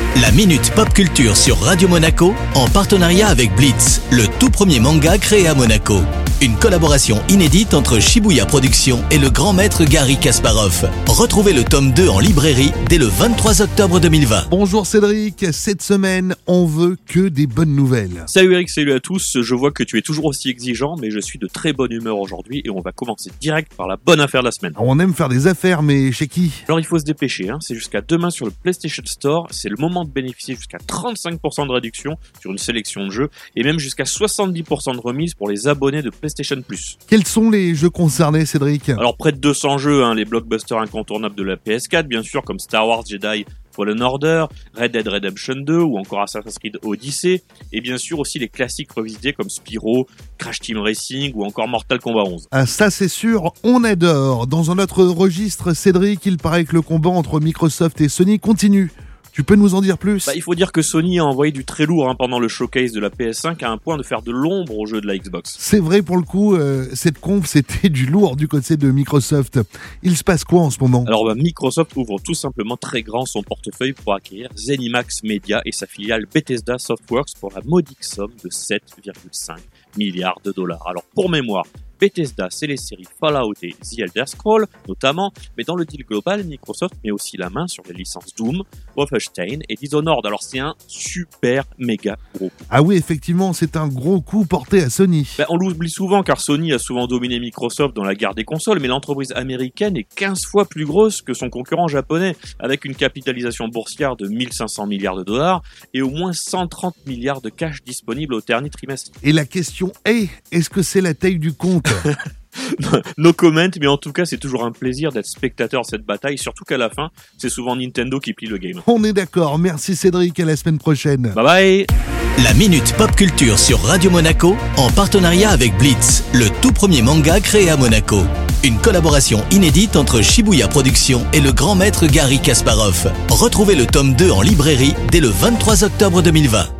La Minute Pop Culture sur Radio Monaco en partenariat avec Blitz, le tout premier manga créé à Monaco. Une collaboration inédite entre Shibuya Productions et le grand maître Garry Kasparov. Retrouvez le tome 2 en librairie dès le 23 octobre 2020. Bonjour Cédric, cette semaine, on veut que des bonnes nouvelles. Salut Eric, salut à tous. Je vois que tu es toujours aussi exigeant, mais je suis de très bonne humeur aujourd'hui et on va commencer direct par la bonne affaire de la semaine. On aime faire des affaires, mais chez qui ? Alors il faut se dépêcher, c'est jusqu'à demain sur le PlayStation Store. C'est le moment de bénéficier jusqu'à 35% de réduction sur une sélection de jeux et même jusqu'à 70% de remise pour les abonnés de PlayStation Plus. Quels sont les jeux concernés, Cédric ? Alors près de 200 jeux, les blockbusters incontournables de la PS4, bien sûr, comme Star Wars Jedi Fallen Order, Red Dead Redemption 2 ou encore Assassin's Creed Odyssey, et bien sûr aussi les classiques revisités comme Spyro, Crash Team Racing ou encore Mortal Kombat 11. Ah, ça c'est sûr, on adore. Dans un autre registre, Cédric, il paraît que le combat entre Microsoft et Sony continue. Tu peux nous en dire plus ? Il faut dire que Sony a envoyé du très lourd pendant le showcase de la PS5 à un point de faire de l'ombre aux jeux de la Xbox. C'est vrai pour le coup, cette conf c'était du lourd du côté de Microsoft. Il se passe quoi en ce moment ? Alors Microsoft ouvre tout simplement très grand son portefeuille pour acquérir ZeniMax Media et sa filiale Bethesda Softworks pour la modique somme de 7,5 milliards de dollars. Alors pour mémoire, Bethesda, c'est les séries Fallout et The Elder Scrolls, notamment, mais dans le deal global, Microsoft met aussi la main sur les licences Doom, Wolfenstein et Dishonored. Alors c'est un super méga gros coup. Ah oui, effectivement, c'est un gros coup porté à Sony. On l'oublie souvent car Sony a souvent dominé Microsoft dans la guerre des consoles, mais l'entreprise américaine est 15 fois plus grosse que son concurrent japonais, avec une capitalisation boursière de 1500 milliards de dollars et au moins 130 milliards de cash disponibles au dernier trimestre. Et la question est-ce que c'est la taille du compte ? No comment, mais en tout cas, c'est toujours un plaisir d'être spectateur de cette bataille, surtout qu'à la fin, c'est souvent Nintendo qui plie le game. On est d'accord, merci Cédric, à la semaine prochaine. Bye bye. La Minute Pop Culture sur Radio Monaco en partenariat avec Blitz, le tout premier manga créé à Monaco. Une collaboration inédite entre Shibuya Productions et le grand maître Garry Kasparov. Retrouvez le tome 2 en librairie dès le 23 octobre 2020.